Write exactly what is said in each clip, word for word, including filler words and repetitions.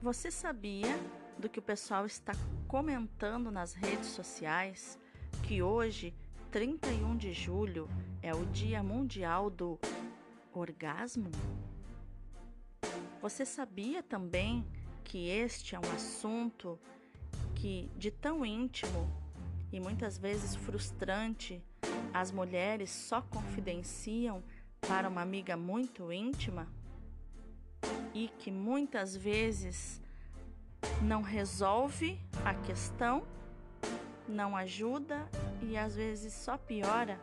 Você sabia do que o pessoal está comentando nas redes sociais que hoje, trinta e um de julho, é o Dia Mundial do Orgasmo? Você sabia também que este é um assunto que, de tão íntimo e muitas vezes frustrante, as mulheres só confidenciam para uma amiga muito íntima? E que muitas vezes não resolve a questão, não ajuda e às vezes só piora?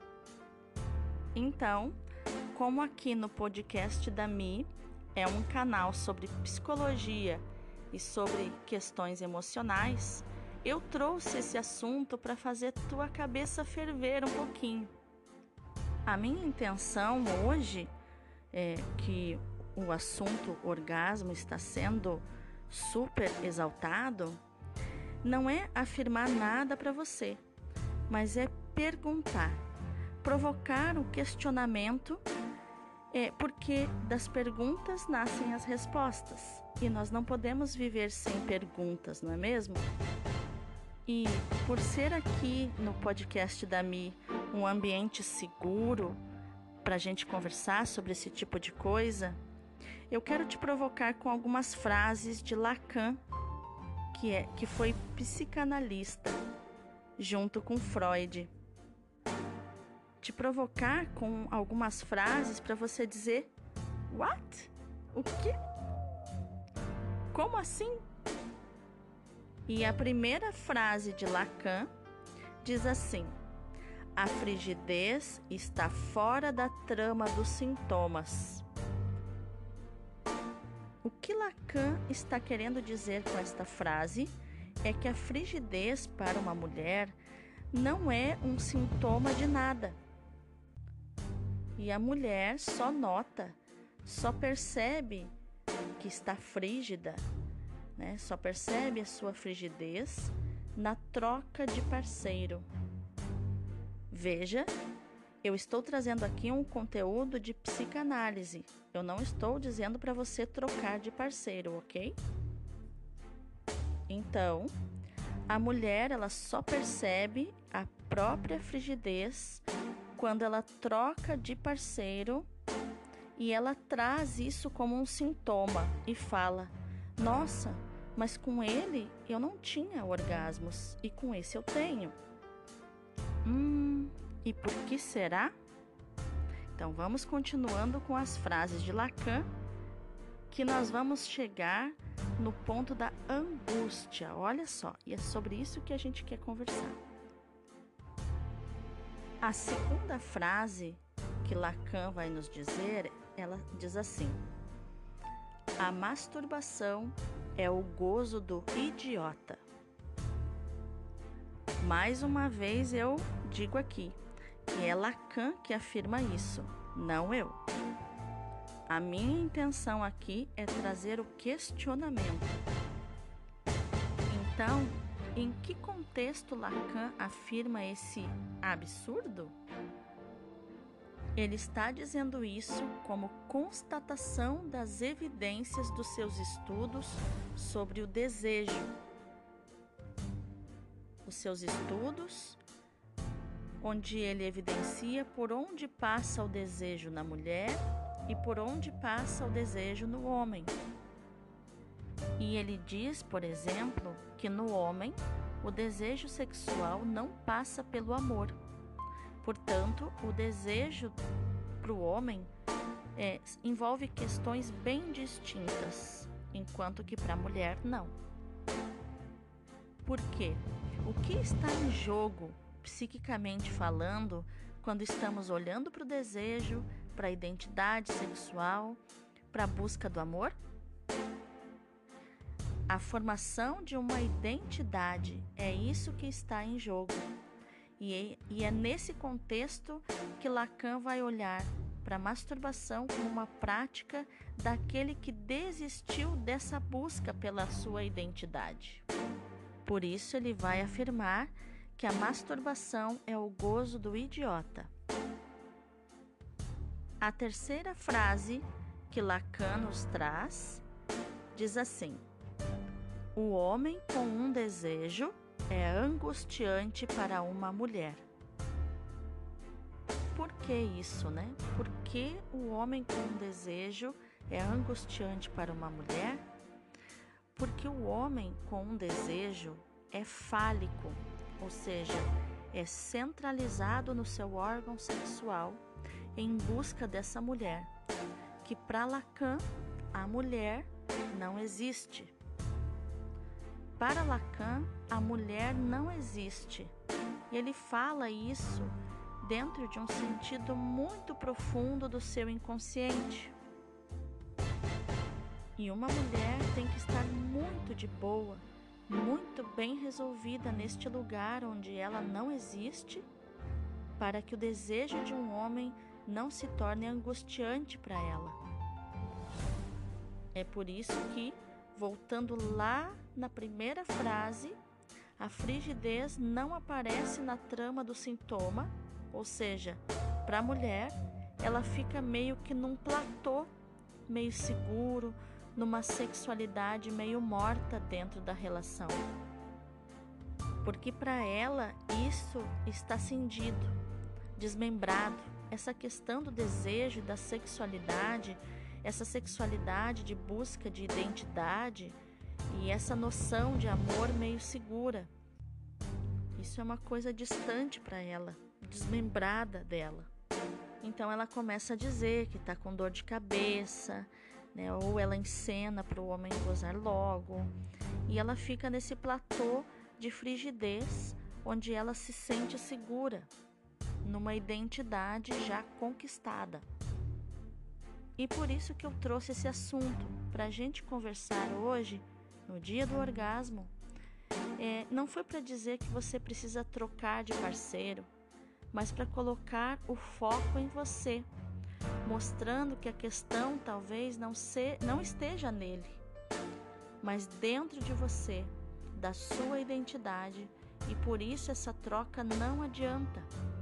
Então, como aqui no podcast da Mi é um canal sobre psicologia e sobre questões emocionais, eu trouxe esse assunto para fazer tua cabeça ferver um pouquinho. A minha intenção hoje é que o assunto orgasmo está sendo super exaltado, não é afirmar nada para você, mas é perguntar, provocar o questionamento, é porque das perguntas nascem as respostas e nós não podemos viver sem perguntas, não é mesmo? E por ser aqui no podcast da Mi um ambiente seguro para a gente conversar sobre esse tipo de coisa, eu quero te provocar com algumas frases de Lacan, que, é, que foi psicanalista, junto com Freud. Te provocar com algumas frases para você dizer: What? O quê? Como assim? E a primeira frase de Lacan diz assim: a frigidez está fora da trama dos sintomas. O que Lacan está querendo dizer com esta frase é que a frigidez para uma mulher não é um sintoma de nada. E a mulher só nota, só percebe que está frígida, né? Só percebe a sua frigidez na troca de parceiro. Veja, eu estou trazendo aqui um conteúdo de psicanálise. Eu não estou dizendo para você trocar de parceiro, ok? Então, a mulher ela só percebe a própria frigidez quando ela troca de parceiro e ela traz isso como um sintoma e fala: nossa, mas com ele eu não tinha orgasmos e com esse eu tenho. Hum, e por que será? Então vamos continuando com as frases de Lacan, que nós vamos chegar no ponto da angústia. Olha só, e é sobre isso que a gente quer conversar. A segunda frase que Lacan vai nos dizer, ela diz assim: a masturbação é o gozo do idiota. Mais uma vez eu digo aqui que é Lacan que afirma isso, não eu. A minha intenção aqui é trazer o questionamento. Então, em que contexto Lacan afirma esse absurdo? Ele está dizendo isso como constatação das evidências dos seus estudos sobre o desejo. Os seus estudos, onde ele evidencia por onde passa o desejo na mulher e por onde passa o desejo no homem. E ele diz, por exemplo, que no homem o desejo sexual não passa pelo amor. Portanto, o desejo para o homem é, envolve questões bem distintas, enquanto que para a mulher não. Por quê? O que está em jogo, psiquicamente falando, quando estamos olhando para o desejo, para a identidade sexual, para a busca do amor? A formação de uma identidade é isso que está em jogo. E, e é nesse contexto que Lacan vai olhar para a masturbação como uma prática daquele que desistiu dessa busca pela sua identidade. Por isso ele vai afirmar que a masturbação é o gozo do idiota. A terceira frase que Lacan nos traz diz assim: O homem com um desejo é angustiante para uma mulher. Por que isso, né? Por que o homem com um desejo é angustiante para uma mulher? Porque o homem com um desejo é fálico, ou seja, é centralizado no seu órgão sexual em busca dessa mulher, que para Lacan, a mulher não existe. Para Lacan, a mulher não existe. E ele fala isso dentro de um sentido muito profundo do seu inconsciente. E uma mulher tem que estar muito de boa, muito bem resolvida neste lugar onde ela não existe, para que o desejo de um homem não se torne angustiante para ela. É por isso que, voltando lá na primeira frase, a frigidez não aparece na trama do sintoma, ou seja, para a mulher, ela fica meio que num platô, meio seguro, numa sexualidade meio morta dentro da relação. Porque para ela isso está cindido, desmembrado. Essa questão do desejo e da sexualidade, essa sexualidade de busca de identidade e essa noção de amor meio segura. Isso é uma coisa distante para ela, desmembrada dela. Então ela começa a dizer que está com dor de cabeça, né? Ou ela encena para o homem gozar logo. E ela fica nesse platô de frigidez, onde ela se sente segura, numa identidade já conquistada. E por isso que eu trouxe esse assunto, para a gente conversar hoje, no dia do orgasmo. É, não foi para dizer que você precisa trocar de parceiro, mas para colocar o foco em você, mostrando que a questão talvez não, se, não esteja nele, mas dentro de você, da sua identidade, e por isso essa troca não adianta.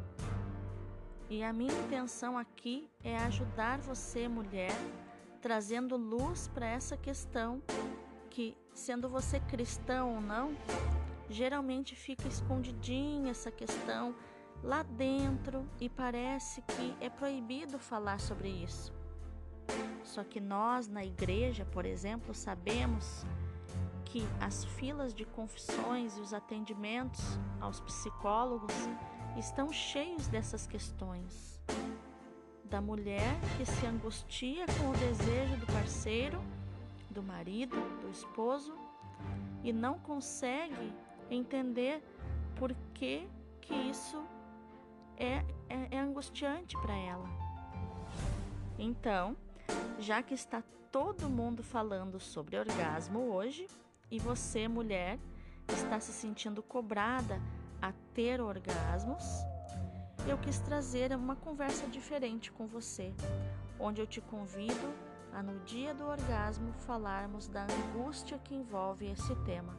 E a minha intenção aqui é ajudar você, mulher, trazendo luz para essa questão que, sendo você cristão ou não, geralmente fica escondidinha essa questão lá dentro e parece que é proibido falar sobre isso. Só que nós, na igreja, por exemplo, sabemos que as filas de confissões e os atendimentos aos psicólogos estão cheios dessas questões. Da mulher que se angustia com o desejo do parceiro, do marido, do esposo, e não consegue entender por que, que isso é, é, é angustiante para ela. Então, já que está todo mundo falando sobre orgasmo hoje, e você, mulher, está se sentindo cobrada a ter orgasmos, eu quis trazer uma conversa diferente com você, onde eu te convido a, no dia do orgasmo, falarmos da angústia que envolve esse tema.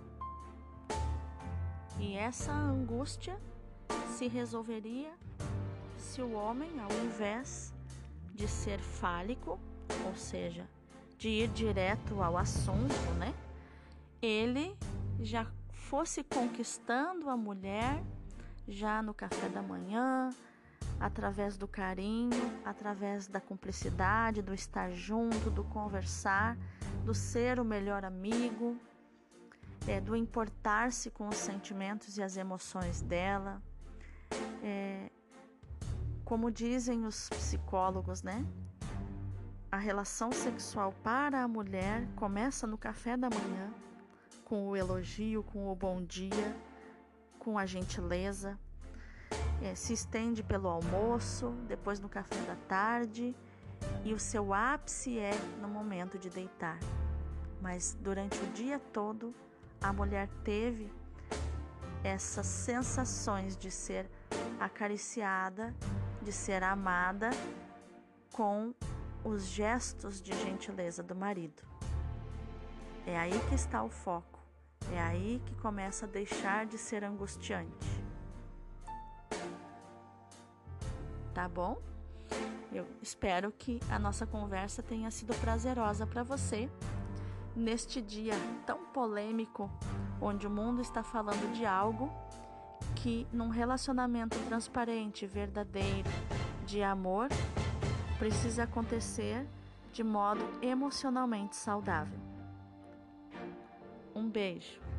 E essa angústia se resolveria se o homem, ao invés de ser fálico, ou seja, de ir direto ao assunto, né? Ele já fosse conquistando a mulher já no café da manhã, através do carinho, através da cumplicidade, do estar junto, do conversar, do ser o melhor amigo, é, do importar-se com os sentimentos e as emoções dela. É, como dizem os psicólogos, né? A relação sexual para a mulher começa no café da manhã, com o elogio, com o bom dia, com a gentileza. É, se estende pelo almoço, depois no café da tarde, e o seu ápice é no momento de deitar. Mas durante o dia todo, a mulher teve essas sensações de ser acariciada, de ser amada com os gestos de gentileza do marido. É aí que está o foco. É aí que começa a deixar de ser angustiante. Tá bom? Eu espero que a nossa conversa tenha sido prazerosa para você. neste dia tão polêmico, onde o mundo está falando de algo que num relacionamento transparente, verdadeiro, de amor, precisa acontecer de modo emocionalmente saudável. Um beijo.